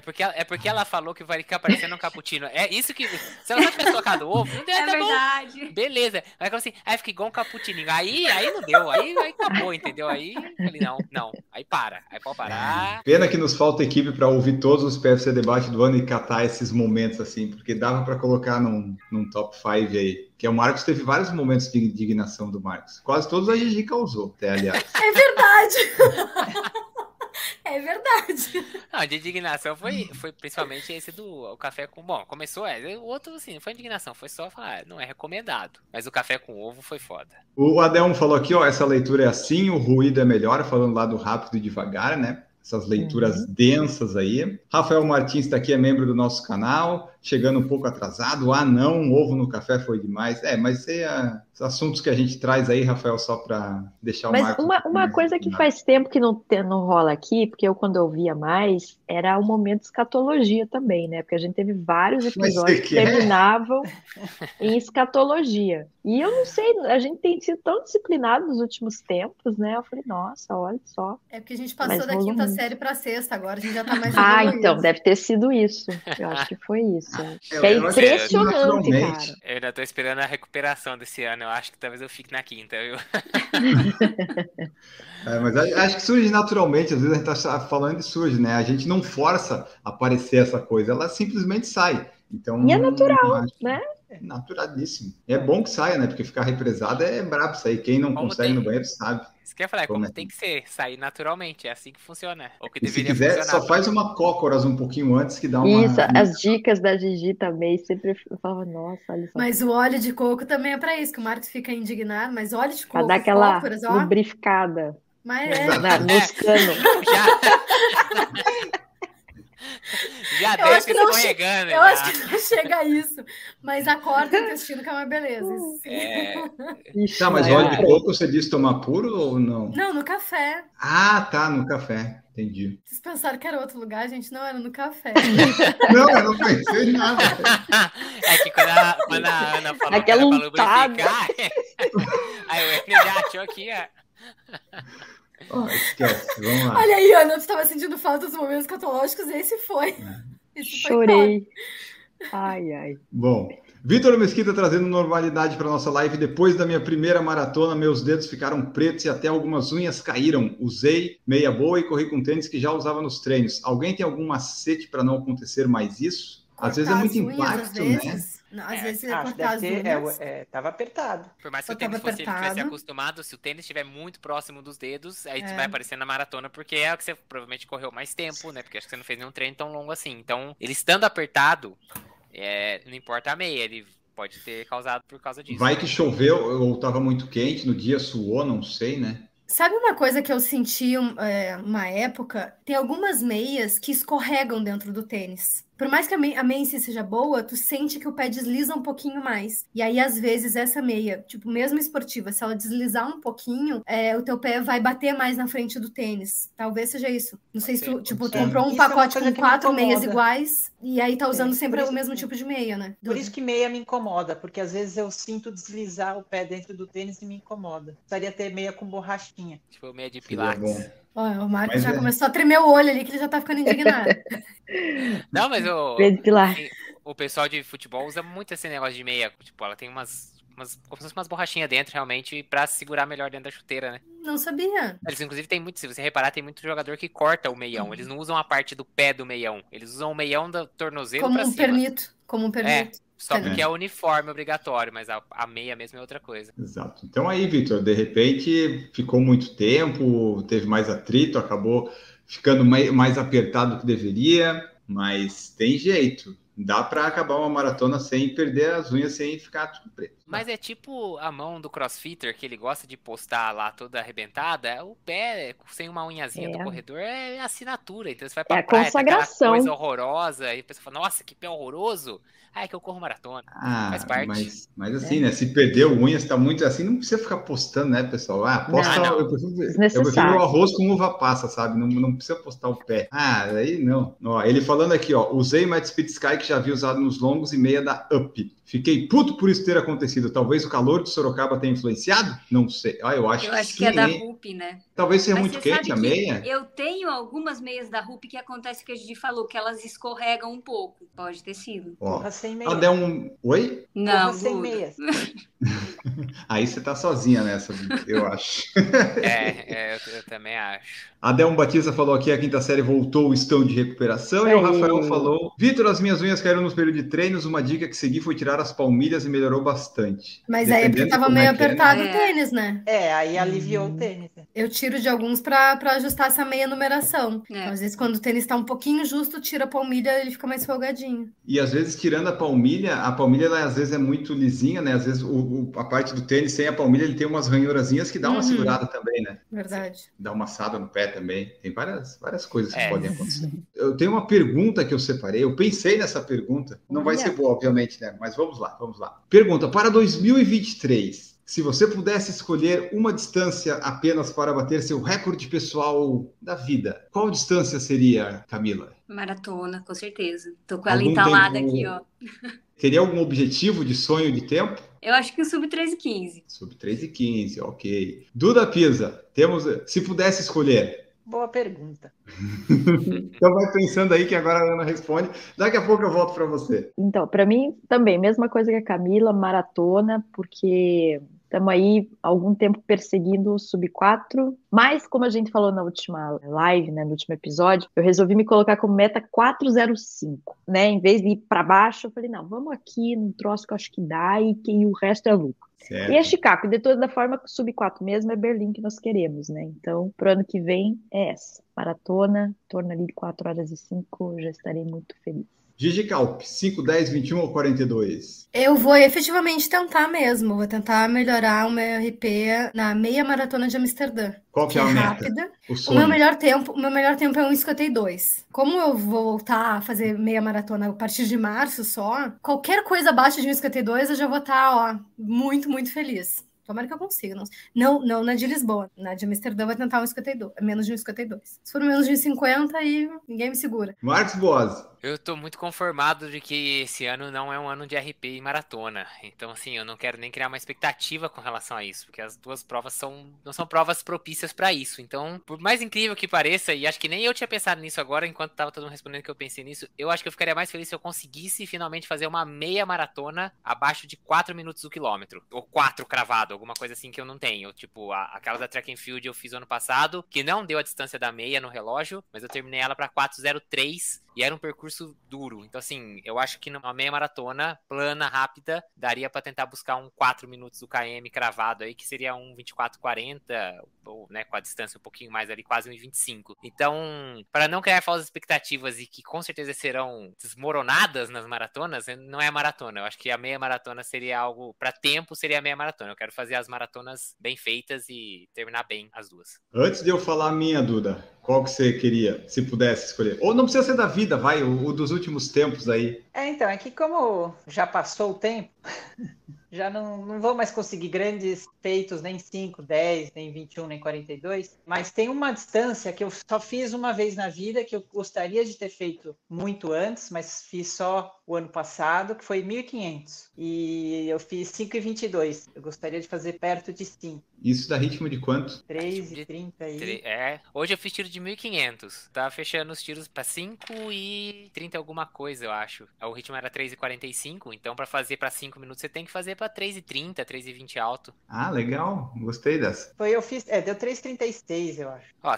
É porque ela falou que vai ficar parecendo um cappuccino. É isso que... Se ela só tivesse colocado ovo, não deu, tá
verdade.
Bom. Beleza. Aí falou assim, fica igual um cappuccininho. Aí não deu. Aí acabou, entendeu? Aí falei, não. Aí para. Aí pode parar.
Pena que nos falta equipe para ouvir todos os PFC Debate do ano e catar esses momentos assim, porque dava para colocar num top 5 aí. Que o Marcos teve vários momentos de indignação do Marcos. Quase todos a Gigi causou, até, aliás.
É verdade. É verdade.
Não, de indignação foi principalmente esse do café com... Bom, começou, o outro assim, não foi indignação, foi só falar, não é recomendado. Mas o café com ovo foi foda.
O Adelmo falou aqui, essa leitura é assim, o ruído é melhor, falando lá do rápido e devagar, né? Essas leituras densas aí. Rafael Martins está aqui, é membro do nosso canal, chegando um pouco atrasado. Não, ovo no café foi demais. Mas os assuntos que a gente traz aí, Rafael, só para deixar o Marcos...
Mas uma coisa que faz tempo que não rola aqui, porque quando eu via mais, era o momento de escatologia também, né? Porque a gente teve vários episódios que terminavam em escatologia. E eu não sei, a gente tem sido tão disciplinado nos últimos tempos, né? Eu falei, nossa, olha só.
É porque a gente passou da quinta série para sexta, agora a gente já tá mais
então, deve ter sido isso. Eu acho que foi isso. É impressionante, cara.
Eu ainda tô esperando a recuperação desse ano. Eu acho que talvez eu fique na quinta, viu?
Mas acho que surge naturalmente. Às vezes a gente tá falando e surge, né? A gente não força a aparecer essa coisa. Ela simplesmente sai. Então,
e é natural, né?
É naturalíssimo. É bom que saia, né? Porque ficar represado é brabo sair. Quem não consegue no banheiro sabe.
Isso que eu ia falar, como tem que ser, sair naturalmente, é assim que funciona. Ou que
e
deveria
se quiser,
funcionar.
só faz uma cócoras um pouquinho antes que dá uma...
Isso, as dicas da Gigi também, sempre eu falava, nossa, olha só.
Mas o óleo de coco também é pra isso, que o Marcos fica indignado, mas óleo de coco,
pra dar aquela
cócoras,
lubrificada.
Mas
nos canos.
Já desce escorregando.
Eu acho que não chega a isso. Mas acorda o intestino que é uma beleza.
Mas óleo de coco você disse tomar puro ou não?
Não, no café.
Ah, tá, no café. Entendi.
Vocês pensaram que era outro lugar, gente? Não, era no café.
Não, eu não pensei em nada.
É que quando a Ana falou que era pra lubrificar, aí o Enio já achou que ia...
Esquece, vamos lá.
Olha aí, Ana, tu estava sentindo falta dos momentos catológicos e esse foi. Esse foi
chorei. Ai.
Bom, Vitor Mesquita trazendo normalidade para nossa live. Depois da minha primeira maratona, meus dedos ficaram pretos e até algumas unhas caíram. Usei meia boa e corri com tênis que já usava nos treinos. Alguém tem algum macete para não acontecer mais isso? Às vezes é muito impacto, né?
Não, às vezes é cortar as unhas.
Tava apertado.
Por mais que o tênis fosse tivesse acostumado, se o tênis estiver muito próximo dos dedos, aí vai aparecer na maratona, porque é o que você provavelmente correu mais tempo, né? Porque acho que você não fez nenhum treino tão longo assim. Então, ele estando apertado, não importa a meia, ele pode ter causado por causa disso.
Vai que choveu ou tava muito quente no dia, suou, não sei, né?
Sabe uma coisa que eu senti uma época? Tem algumas meias que escorregam dentro do tênis. Por mais que a meia em si seja boa, tu sente que o pé desliza um pouquinho mais. E aí, às vezes, essa meia, tipo, mesmo esportiva, se ela deslizar um pouquinho, o teu pé vai bater mais na frente do tênis. Talvez seja isso. Não sei se tu comprou um pacote com 4 meias iguais e aí tá usando sempre o mesmo tipo de meia, né?
Por isso que meia me incomoda, porque às vezes eu sinto deslizar o pé dentro do tênis e me incomoda. Precisaria ter meia com borrachinha.
Tipo, meia de pilates.
O Marcos já começou a tremer o olho ali, que ele já tá ficando indignado.
Não, mas o pessoal de futebol usa muito esse negócio de meia. Tipo, ela tem umas como se fosse umas borrachinhas dentro, realmente, pra segurar melhor dentro da chuteira, né?
Não sabia.
Eles, inclusive, tem muito, se você reparar, tem muito jogador que corta o meião. Eles não usam a parte do pé do meião. Eles usam o meião do tornozelo
Como
pra
um
cima.
pernito. Como um pernito.
Só porque é uniforme obrigatório, mas a meia mesmo é outra coisa.
Exato. Então aí, Vitor, de repente ficou muito tempo, teve mais atrito, acabou ficando mais apertado do que deveria, mas tem jeito. Dá para acabar uma maratona sem perder as unhas, sem ficar tudo preto.
Mas é tipo a mão do crossfitter, que ele gosta de postar lá toda arrebentada. O pé, sem uma unhazinha do corredor, é assinatura. Então você vai pra praia, tá aquela coisa horrorosa, e a pessoa fala, nossa, que pé horroroso. Ah, é que eu corro maratona. Faz parte.
Mas assim, né? Se perdeu unhas, tá muito assim, não precisa ficar postando, né, pessoal? Posta. Eu prefiro o arroz com uva passa, sabe? Não precisa postar o pé. Aí não. Ó, ele falando aqui, ó, usei Matt Speed Sky que já havia usado nos longos e meia da Up. Fiquei puto por isso ter acontecido. Talvez o calor de Sorocaba tenha influenciado? Não sei. Eu acho que sim,
é da Rupp, né?
Talvez seja muito quente a meia.
Eu tenho algumas meias da Rupp que acontece o que a gente falou, que elas escorregam um pouco. Pode ter sido.
Porra sem meia.
Oi?
Não,
porra sem meias.
Aí você tá sozinha nessa, eu acho.
Eu também acho.
Adelmo Batista falou aqui, a quinta série voltou, estão de recuperação. E o Rafael falou, Vitor, as minhas unhas caíram nos períodos de treinos, uma dica que segui foi tirar as palmilhas e melhorou bastante.
Mas aí é porque tava meio apertado o tênis, né?
Aí aliviou o tênis.
Eu tiro de alguns pra ajustar essa meia numeração. Então, às vezes, quando o tênis tá um pouquinho justo, tira a palmilha, ele fica mais folgadinho.
E às vezes, tirando a palmilha ela, às vezes é muito lisinha, né? Às vezes a parte do tênis sem a palmilha, ele tem umas ranhurazinhas que dá uma segurada também, né?
Verdade.
Dá uma assada no pé também. Tem várias coisas que podem acontecer. Eu tenho uma pergunta que eu separei, eu pensei nessa pergunta. Não vai ser boa, obviamente, né? Mas vamos lá. Pergunta, para 2023, se você pudesse escolher uma distância apenas para bater seu recorde pessoal da vida, qual distância seria, Camila?
Maratona, com certeza. Tô com ela entalada aqui, ó.
Teria algum objetivo de sonho de tempo?
Eu acho que o sub 3:15.
Sub 3:15, ok. Duda Pisa, se pudesse escolher.
Boa pergunta.
Então vai pensando aí que agora a Ana responde. Daqui a pouco eu volto para você.
Então, para mim também, mesma coisa que a Camila, maratona, porque estamos aí há algum tempo perseguindo o sub 4, mas como a gente falou na última live, né, no último episódio, eu resolvi me colocar como meta 4:05, né, em vez de ir para baixo, eu falei, não, vamos aqui num troço que eu acho que dá e que o resto é lucro. Certo. E é Chicago, de toda forma, sub 4 mesmo é Berlim que nós queremos, né, então pro ano que vem é essa, maratona, em torno ali de 4:05, eu já estarei muito feliz.
Gigi Calp, 5, 10, 21 ou 42?
Eu vou efetivamente tentar mesmo. Vou tentar melhorar o meu RP na meia maratona de Amsterdã.
Qual que é a meta?
Rápida. O meu melhor tempo é 1:52. Como eu vou voltar a fazer meia maratona a partir de março só, qualquer coisa abaixo de 1:52 eu já vou estar, muito, muito feliz. Tomara que eu consiga. Não na de Lisboa. Na de Amsterdã vai tentar menos de 1:52. Se for menos de 1:50, aí ninguém me segura.
Marcos Boas.
Eu tô muito conformado de que esse ano não é um ano de RP e maratona. Então, assim, eu não quero nem criar uma expectativa com relação a isso, porque as duas provas não são provas propícias pra isso. Então, por mais incrível que pareça, e acho que nem eu tinha pensado nisso agora, enquanto tava todo mundo respondendo que eu pensei nisso, eu acho que eu ficaria mais feliz se eu conseguisse finalmente fazer uma meia maratona abaixo de 4 minutos do quilômetro. Ou 4 cravado, alguma coisa assim que eu não tenho. Tipo, aquela da Track and Field eu fiz ano passado, que não deu a distância da meia no relógio, mas eu terminei ela pra 4:03 e era um percurso duro. Então, assim, eu acho que numa meia maratona, plana, rápida, daria pra tentar buscar 4 minutos do KM cravado aí, que seria 1:24:40, ou, né, com a distância um pouquinho mais ali, quase 1:25. Então, para não criar falsas expectativas e que com certeza serão desmoronadas nas maratonas, não é maratona. Eu acho que a meia maratona seria algo, para tempo, seria a meia maratona. Eu quero fazer as maratonas bem feitas e terminar bem as duas.
Antes de eu falar a minha, Duda, qual que você queria, se pudesse escolher? Ou não precisa ser da vida, vai, o dos últimos tempos aí.
Então, é que como já passou o tempo, já não vou mais conseguir grandes feitos, nem 5, 10, nem 21, nem 42, mas tem uma distância que eu só fiz uma vez na vida, que eu gostaria de ter feito muito antes, mas fiz só o ano passado, que foi 1.500. E eu fiz 5:22. Eu gostaria de fazer perto de 5.
Isso dá ritmo de quanto?
3:30 aí.
Hoje eu fiz tiro de 1.500. Tava fechando os tiros pra 5:30 alguma coisa, eu acho. O ritmo era 3:45, então pra fazer pra 5 minutos, você tem que fazer pra 3:30, 3:20 alto.
Ah, legal. Gostei dessa.
Eu fiz, deu 3:36, eu acho.
Ó,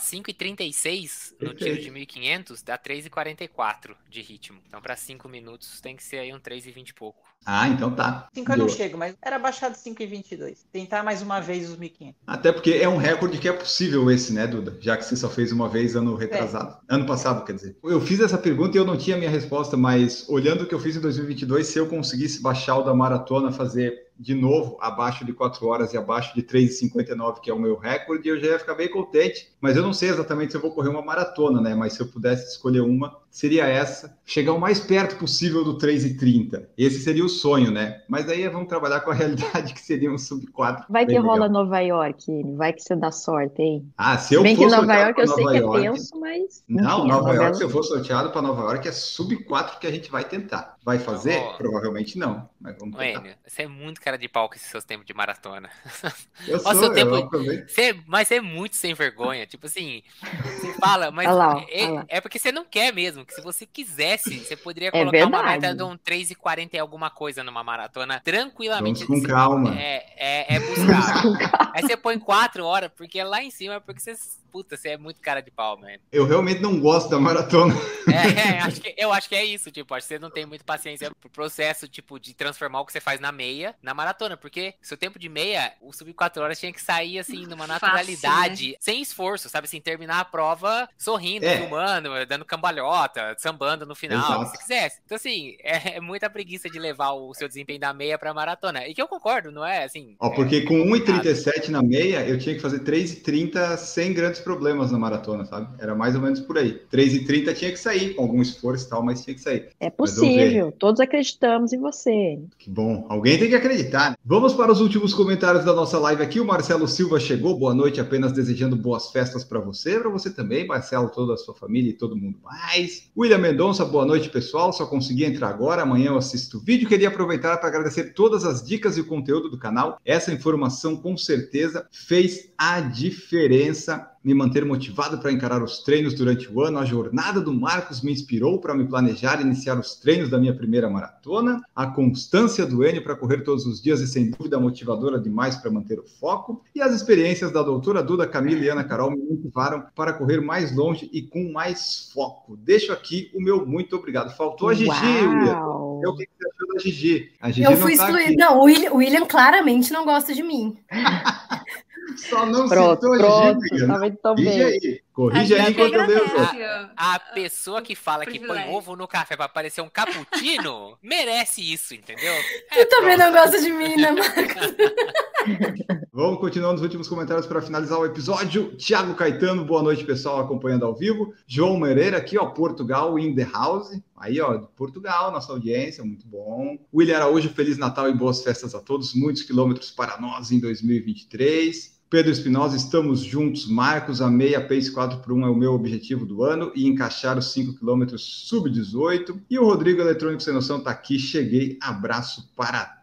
5:36 no tiro de 1.500 dá 3:44 de ritmo. Então pra 5 minutos tem que ser aí um 3:20 e pouco.
Ah, então tá.
5 eu não chego, mas era baixado 5:22. Tentar mais uma vez os 1.500.
Até porque é um recorde que é possível esse, né, Duda? Já que você só fez uma vez ano retrasado. Ano passado, quer dizer. Eu fiz essa pergunta e eu não tinha minha resposta, mas olhando o que eu fiz em 2022, se eu conseguisse baixar o da maratona, fazer de novo abaixo de 4 horas e abaixo de 3:59, que é o meu recorde, eu já ia ficar bem contente. Mas eu não sei exatamente se eu vou correr uma maratona, né? Mas se eu pudesse escolher uma, seria essa. Chegar o mais perto possível do 3:30. Esse seria o sonho, né? Mas aí vamos trabalhar com a realidade, que seria um sub-4.
Vai que rola Nova York, vai que você dá sorte, hein?
Ah, se eu
Bem
for
que Nova
sorteado
York
pra
eu sei
Nova
que
York,
é tenso, mas...
Não,
enfim,
Nova
novela-
York, se eu for sorteado para Nova York, é sub-4 que a gente vai tentar. Vai fazer?
Oh.
Provavelmente não, mas vamos tentar.
Enio, você é muito cara de pau com esses seus tempos de maratona.
Eu
Ó,
sou,
seu tempo-
eu aproveito.
Mas você é muito sem vergonha. Tipo assim, você fala, mas
Olha lá, olha lá.
é porque você não quer mesmo. Que se você quisesse, você poderia
É
colocar uma
verdade.
meta de um 3:40 e alguma coisa numa maratona tranquilamente.
Vamos com calma.
É buscar. Aí você põe 4 horas, porque lá em cima é porque você. Puta, você é muito cara de pau, mano.
Eu realmente não gosto da maratona.
Eu acho que é isso, tipo, acho que você não tem muita paciência pro processo, tipo, de transformar o que você faz na meia na maratona, porque seu tempo de meia, o sub 4 horas tinha que sair, assim, numa naturalidade, sem esforço, sabe, assim, terminar a prova sorrindo, filmando, dando cambalhota, sambando no final, se quisesse. Então, assim, é muita preguiça de levar o seu desempenho da meia pra maratona, e que eu concordo, não é, assim...
Porque com 1:37 na meia, eu tinha que fazer 3:30 sem grandes problemas na maratona, sabe? Era mais ou menos por aí. 3:30 tinha que sair, com algum esforço e tal, mas tinha que sair.
É possível, todos acreditamos em você.
Que bom, alguém tem que acreditar, né? Vamos para os últimos comentários da nossa live aqui. O Marcelo Silva chegou, boa noite, apenas desejando boas festas para você também, Marcelo, toda a sua família e todo mundo mais. William Mendonça, boa noite, pessoal, só consegui entrar agora, amanhã eu assisto o vídeo. Queria aproveitar para agradecer todas as dicas e o conteúdo do canal. Essa informação com certeza fez a diferença, me manter motivado para encarar os treinos durante o ano. A jornada do Marcos me inspirou para me planejar e iniciar os treinos da minha primeira maratona. A constância do Enio para correr todos os dias e, sem dúvida, motivadora demais para manter o foco. E as experiências da doutora Duda, Camila e Ana Carol me motivaram para correr mais longe e com mais foco. Deixo aqui o meu muito obrigado. Faltou a Gigi, William. O que você achou da Gigi? A Gigi
eu fui excluída. Não, o William claramente não gosta de mim.
Só não citou a Gigi,
corrige
aí. Corrige aí enquanto eu vejo.
A pessoa que fala que põe ovo no café pra parecer um cappuccino merece isso, entendeu?
Você também não gosta de mim, né, Marcos?
Vamos continuando os últimos comentários para finalizar o episódio. Thiago Caetano, boa noite, pessoal, acompanhando ao vivo. João Moreira, aqui, ó, Portugal in the house. Aí, ó, de Portugal, nossa audiência, muito bom. William Araújo, Feliz Natal e boas festas a todos. Muitos quilômetros para nós em 2023. Pedro Espinosa, estamos juntos. Marcos, a meia Pace 4x1 é o meu objetivo do ano e encaixar os 5 km sub-18. E o Rodrigo Eletrônico Sem Noção tá aqui. Cheguei, abraço para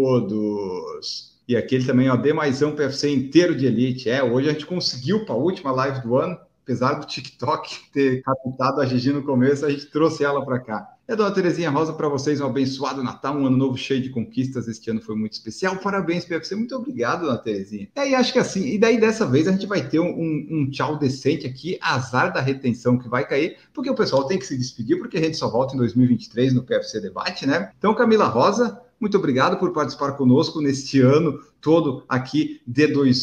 todos. E aqui ele também, ó, D+1 PFC inteiro de elite. Hoje a gente conseguiu para a última live do ano, apesar do TikTok ter captado a Gigi no começo, a gente trouxe ela para cá. Dona Terezinha Rosa, para vocês um abençoado Natal, um ano novo cheio de conquistas, este ano foi muito especial, parabéns PFC, muito obrigado, Dona Terezinha. E acho que assim, e daí dessa vez a gente vai ter um tchau decente aqui, azar da retenção que vai cair, porque o pessoal tem que se despedir, porque a gente só volta em 2023 no PFC Debate, né? Então, Camila Rosa, muito obrigado por participar conosco neste ano todo aqui de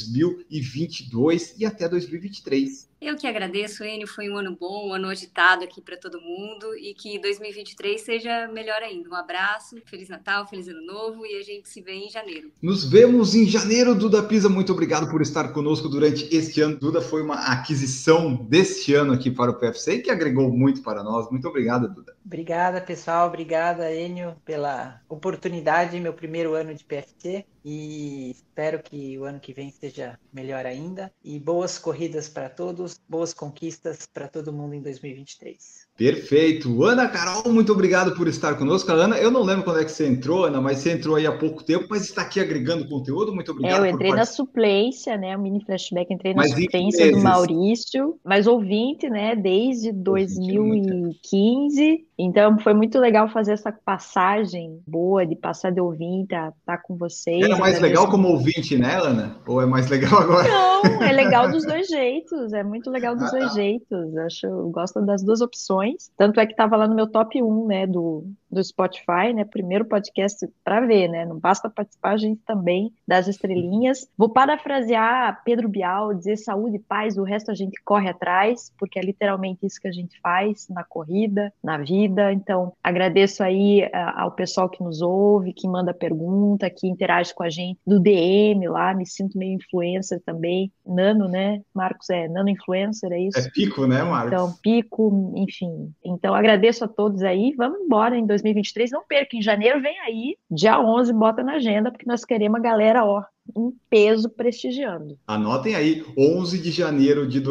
2022 e até 2023.
Eu que agradeço, Enio, foi um ano bom, um ano agitado aqui para todo mundo e que 2023 seja melhor ainda. Um abraço, Feliz Natal, Feliz Ano Novo e a gente se vê em janeiro.
Nos vemos em janeiro, Duda Pisa, muito obrigado por estar conosco durante este ano. Duda foi uma aquisição deste ano aqui para o PFC que agregou muito para nós. Muito obrigado, Duda.
Obrigada, pessoal. Obrigada, Enio, pela oportunidade, meu primeiro ano de PFC. E espero que o ano que vem seja melhor ainda. E boas corridas para todos, boas conquistas para todo mundo em 2023.
Perfeito. Ana Carol, muito obrigado por estar conosco. Ana, eu não lembro quando é que você entrou, Ana, mas você entrou aí há pouco tempo, mas está aqui agregando conteúdo. Muito obrigado.
Eu entrei na suplência, né? O mini flashback, entrei na suplência do Maurício, mas ouvinte, né? Desde 2015. Então, foi muito legal fazer essa passagem boa, de passar de ouvinte a estar com vocês.
Era mais legal como ouvinte, né, Lana? Ou é mais legal agora?
Não, é legal dos dois jeitos, é muito legal dos dois jeitos. Eu gosto das duas opções. Tanto é que estava lá no meu top 1, né, do Spotify, né, primeiro podcast para ver, né, não basta participar, a gente também das estrelinhas. Vou parafrasear Pedro Bial, dizer saúde e paz, o resto a gente corre atrás, porque é literalmente isso que a gente faz na corrida, na vida. Então, agradeço aí ao pessoal que nos ouve, que manda pergunta, que interage com a gente do DM lá, me sinto meio influencer também, nano, né, Marcos, nano influencer, é isso?
É pico, né, Marcos?
Então, pico, enfim. Então, agradeço a todos aí, vamos embora em 2023, não perca, em janeiro vem aí, dia 11, bota na agenda, porque nós queremos a galera, em peso prestigiando.
Anotem aí, 11 de janeiro de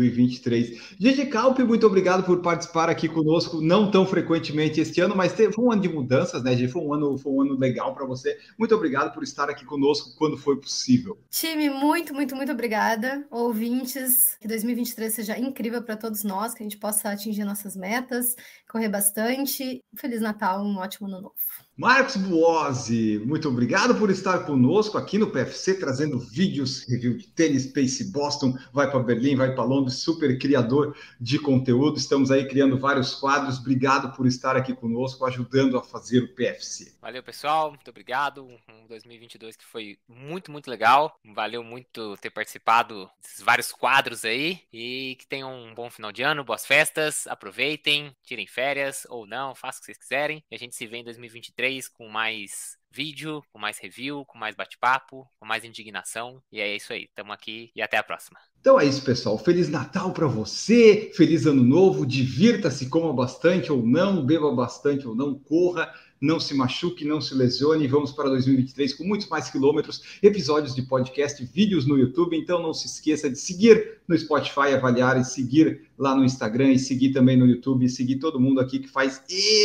2023. Gigi Calpe, muito obrigado por participar aqui conosco, não tão frequentemente este ano, mas foi um ano de mudanças, né, Gigi? Foi um ano legal para você. Muito obrigado por estar aqui conosco quando foi possível.
Time, muito, muito, muito obrigada. Ouvintes, que 2023 seja incrível para todos nós, que a gente possa atingir nossas metas, correr bastante. Feliz Natal, um ótimo ano novo.
Marcos Buozzi, muito obrigado por estar conosco aqui no PFC, trazendo vídeos, review de tênis, Pace Boston, vai para Berlim, vai para Londres, super criador de conteúdo. Estamos aí criando vários quadros. Obrigado por estar aqui conosco, ajudando a fazer o PFC.
Valeu, pessoal. Muito obrigado. Um 2022 que foi muito, muito legal. Valeu muito ter participado desses vários quadros aí. E que tenham um bom final de ano, boas festas. Aproveitem, tirem férias ou não, façam o que vocês quiserem. E a gente se vê em 2023 com mais vídeo, com mais review, com mais bate-papo, com mais indignação. E é isso aí. Tamo aqui e até a próxima.
Então é isso, pessoal. Feliz Natal para você, feliz Ano Novo, divirta-se, coma bastante ou não, beba bastante ou não, corra, não se machuque, não se lesione. Vamos para 2023 com muitos mais quilômetros, episódios de podcast, vídeos no YouTube. Então não se esqueça de seguir no Spotify, avaliar e seguir lá no Instagram e seguir também no YouTube e seguir todo mundo aqui que faz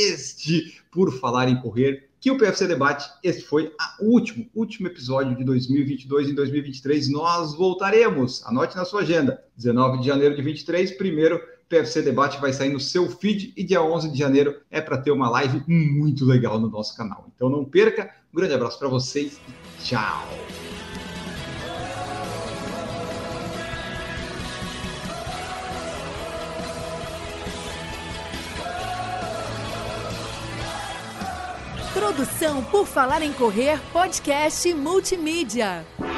Por Falar em Correr, que o PFC Debate. Este foi o último episódio de 2022. Em 2023 nós voltaremos. Anote na sua agenda. 19 de janeiro de 23, primeiro PFC Debate vai sair no seu feed e dia 11 de janeiro é para ter uma live muito legal no nosso canal. Então não perca. Um grande abraço para vocês e tchau.
Produção Por Falar em Correr, podcast multimídia.